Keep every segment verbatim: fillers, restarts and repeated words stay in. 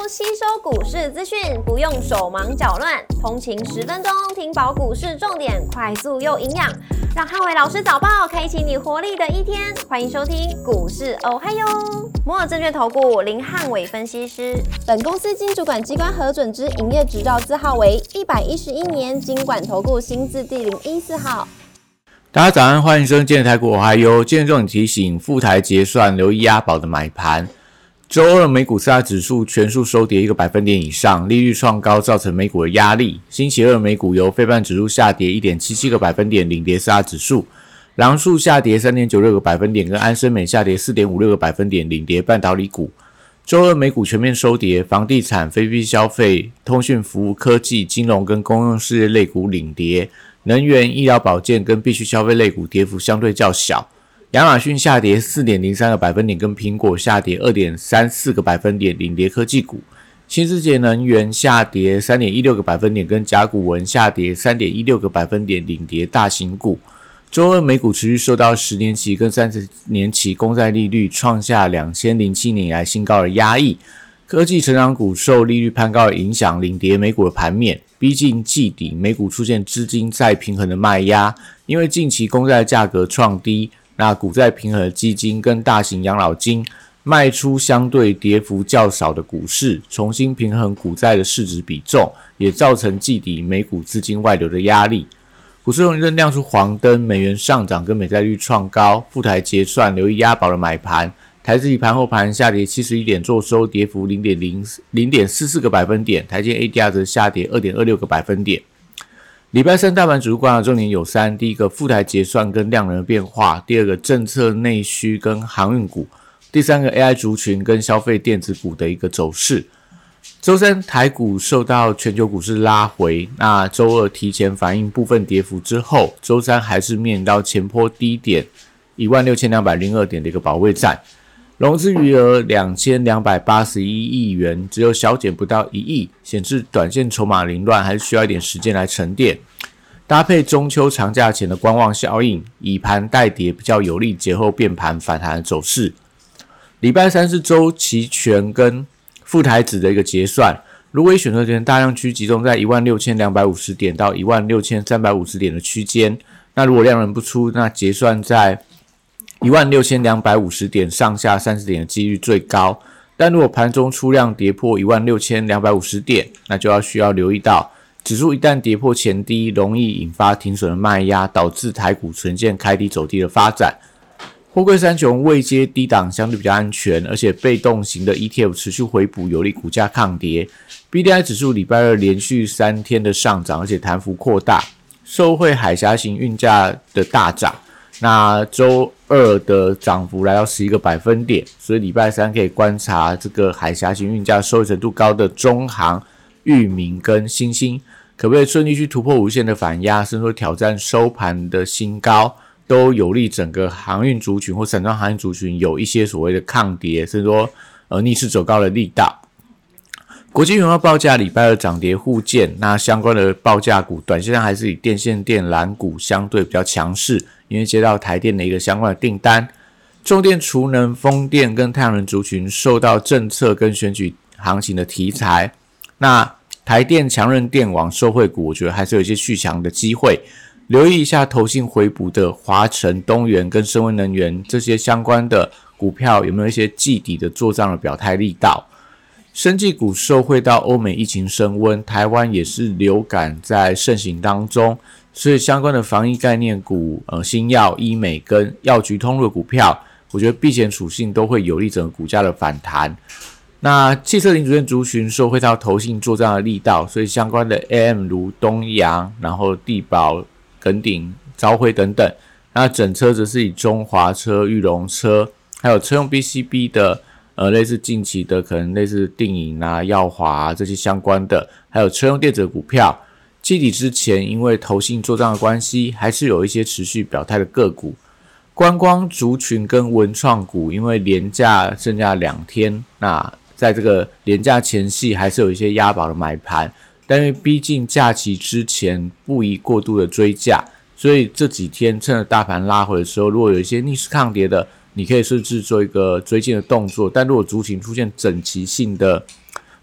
吸收股市资讯，不用手忙脚乱，通勤十分钟听饱股市重点，快速又营养，让汉伟老师早报开启你活力的一天。欢迎收听股市哦嗨哟，摩尔证券投顾林汉伟分析师。本公司经主管机关核准之营业执照字号为一百一十一年金管投顾新字第零一四号。 大家早安，欢迎收听今天的台股哦嗨哟。今天重点提醒，富台结算留意押宝的买盘。周二美股四大指数全数收跌一个百分点以上，利率创高造成美股的压力。星期二美股由费半指数下跌 一点七七个百分点领跌四大指数，狼树下跌 三点九六个百分点，跟安森美下跌 四点五六个百分点领跌半导体股。周二美股全面收跌，房地产、非必消费、通讯服务、科技、金融跟公用事业类股领跌，能源、医疗保健跟必需消费类股跌幅相对较小。亚马逊下跌 四点零三个百分点，跟苹果下跌 二点三四个百分点领跌科技股。新世界能源下跌 三点一六个百分点，跟甲骨文下跌 三点一六个百分点领跌大型股。周二美股持续受到十年期跟三十年期公债利率创下两千零七年以来新高的压抑，科技成长股受利率攀高的影响领跌美股的盘面。逼近季底，美股出现资金再平衡的卖压，因为近期公债价格创低，那股债平衡的基金跟大型养老金卖出相对跌幅较少的股市，重新平衡股债的市值比重，也造成季底美股资金外流的压力。股市容易亮出黄灯，美元上涨跟美债率创高，富台结算留意押宝的买盘。台指期盘后盘下跌七十一点做收，跌幅 零点四四个百分点，台积 A D R 则下跌 二点二六个百分点。礼拜三大盘指数观察重点有三：第一个富台结算跟量能的变化；第二个政策内需跟航运股；第三个 A I 族群跟消费电子股的一个走势。周三台股受到全球股市拉回，那周二提前反映部分跌幅之后，周三还是面临到前波低点 一万六千两百零二 点的一个保卫战。融资余额两千两百八十一亿元，只有小减不到一亿，显示短线筹码凌乱，还是需要一点时间来沉淀。搭配中秋长假前的观望效应，以盘带跌比较有利节后变盘反弹的走势。礼拜三是周期权跟富台指的一个结算，如果以选择权大量区集中在 一万六千两百五十 点到 一万六千三百五十 点的区间，那如果量能不出，那结算在一万六千两百五十 点上下三十点的几率最高，但如果盘中出量跌破 一万六千两百五十 点，那就要需要留意到指数一旦跌破前低，容易引发停损的卖压，导致台股呈现开低走低的发展。货柜三雄位阶低档相对比较安全，而且被动型的 E T F 持续回补，有利股价抗跌。B D I 指数礼拜二连续三天的上涨，而且弹幅扩大，受惠海峡型运价的大涨。那周二的涨幅来到十一个百分点，所以礼拜三可以观察这个海峡型运价受惠程度高的中航、裕民跟新兴，可不可以顺利去突破无限的反压，甚至说挑战收盘的新高，都有利整个航运族群或散装航运族群有一些所谓的抗跌，甚至说呃逆势走高的力道。国际原油报价礼拜二涨跌互见，那相关的报价股短线上还是以电线电缆股相对比较强势，因为接到台电的一个相关的订单。重电、储能、风电跟太阳能族群受到政策跟选举行情的题材，那台电、强韧电网受惠股，我觉得还是有一些续强的机会。留意一下投信回补的华城、东元跟升温能源这些相关的股票有没有一些季底的做账的表态力道。生技股受惠到欧美疫情升温，台湾也是流感在盛行当中，所以相关的防疫概念股、呃新药、医美跟药局通路的股票，我觉得避险属性都会有利整个股价的反弹。那汽车零组件族群受惠到投信做账的力道，所以相关的 A M 如东阳，然后地保、耿鼎、朝晖等等，那整车则是以中华车、裕隆车，还有车用 B C B 的呃，类似近期的可能类似定颖啊、耀华啊这些相关的，还有车用电子的股票，季底之前因为投信做账的关系，还是有一些持续表态的个股。观光族群跟文创股，因为连假剩下两天，那在这个连假前夕还是有一些押宝的买盘，但因为逼近假期之前不宜过度的追价，所以这几天趁着大盘拉回的时候，如果有一些逆势抗跌的，你可以甚至做一个追进的动作，但如果族群出现整齐性的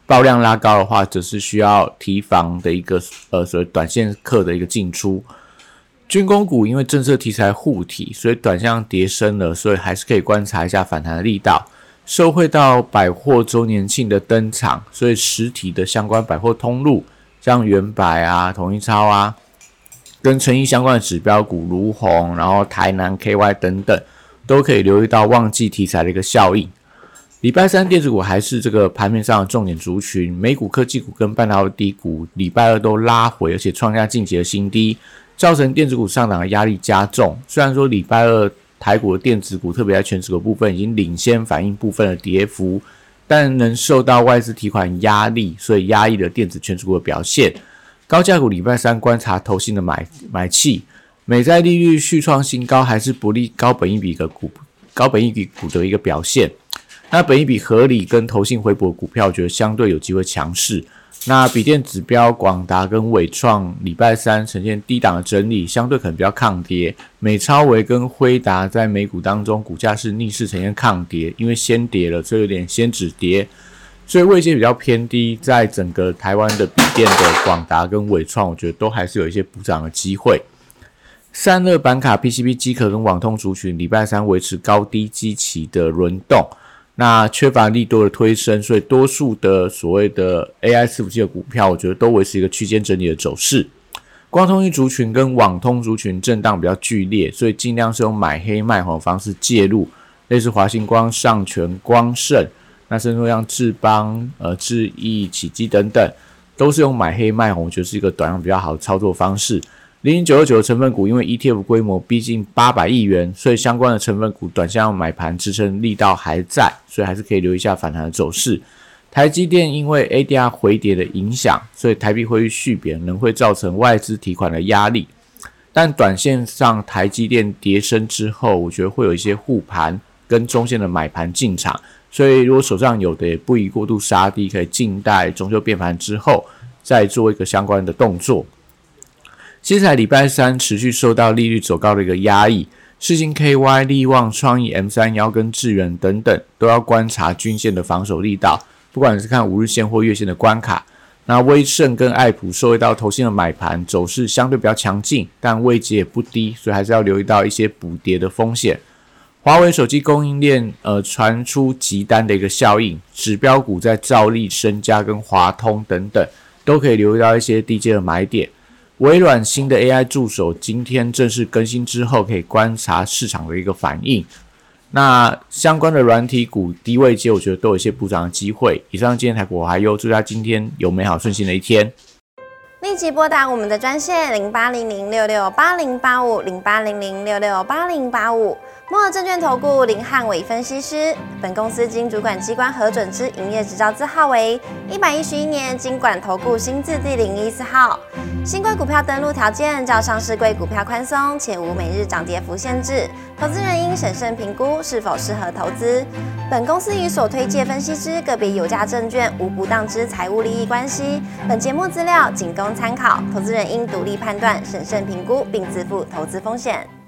爆量拉高的话，则是需要提防的一个呃所谓短线客的一个进出。军工股因为政策题材护体，所以短向跌深了，所以还是可以观察一下反弹的力道。受惠到百货周年庆的登场，所以实体的相关百货通路，像远百啊、统一超啊，跟成衣相关的指标股如虹，然后台南 K Y 等等，都可以留意到旺季题材的一个效应。礼拜三电子股还是这个盘面上的重点族群，美股科技股跟半导体股礼拜二都拉回，而且创下近期的新低，造成电子股上涨的压力加重。虽然说礼拜二台股的电子股，特别在全指股部分已经领先反映部分的跌幅，但能受到外资提款压力，所以压抑了电子全指股的表现。高价股礼拜三观察投信的买买气，美债利率续创新高，还是不利高本益比的股高本益比股的一个表现。那本益比合理跟投信回补的股票，我觉得相对有机会强势。那笔电指标广达跟伟创礼拜三呈现低档的整理，相对可能比较抗跌。美超微跟辉达在美股当中股价是逆势呈现抗跌，因为先跌了，所以有点先止跌，所以位阶比较偏低。在整个台湾的笔电的广达跟伟创，我觉得都还是有一些补涨的机会。散热板卡、P C B 机壳跟网通族群礼拜三维持高低基期的轮动。那缺乏利多的推升，所以多数的所谓的 A I 伺服器的股票，我觉得都维持一个区间整理的走势。光通讯族群跟网通族群震荡比较剧烈，所以尽量是用买黑卖红的方式介入，类似华星光、上全、光盛，那甚至像智邦、呃智毅、启基等等，都是用买黑卖红，我觉得是一个短量比较好的操作方式。零零九二九的成分股，因为 E T F 规模逼近八百亿元，所以相关的成分股短线买盘支撑力道还在，所以还是可以留意一下反弹的走势。台积电因为 A D R 回跌的影响，所以台币汇率续贬仍会造成外资提款的压力。但短线上台积电跌升之后，我觉得会有一些护盘跟中线的买盘进场，所以如果手上有的也不宜过度杀低，可以静待中秋变盘之后再做一个相关的动作。接下来礼拜三持续受到利率走高的一个压抑，世芯 K Y、力旺、创意 M 三十一 跟智原等等都要观察均线的防守力道，不管是看五日线或月线的关卡。那威盛跟爱普受惠到投信的买盘，走势相对比较强劲，但位阶也不低，所以还是要留意到一些补跌的风险。华为手机供应链呃传出急单的一个效应，指标股在兆利、身家跟华通等等都可以留意到一些低阶的买点。微软新的 A I 助手今天正式更新之后，可以观察市场的一个反应。那相关的软体股低位阶，我觉得都有一些补涨的机会。以上今天台股我还有，祝大家今天有美好顺心的一天。 立即拨打我们的专线零八零零六六八零八五零八零零六六八零八五。摩尔证券投顾林汉伟分析师，本公司经主管机关核准之营业执照字号为一百一十一年金管投顾新字第零一四号。新规股票登录条件较上市柜股票宽松，且无每日涨跌幅限制，投资人应审慎评估是否适合投资。本公司与所推介分析之个别有价证券无不当之财务利益关系。本节目资料仅供参考，投资人应独立判断、审慎评估，并自负投资风险。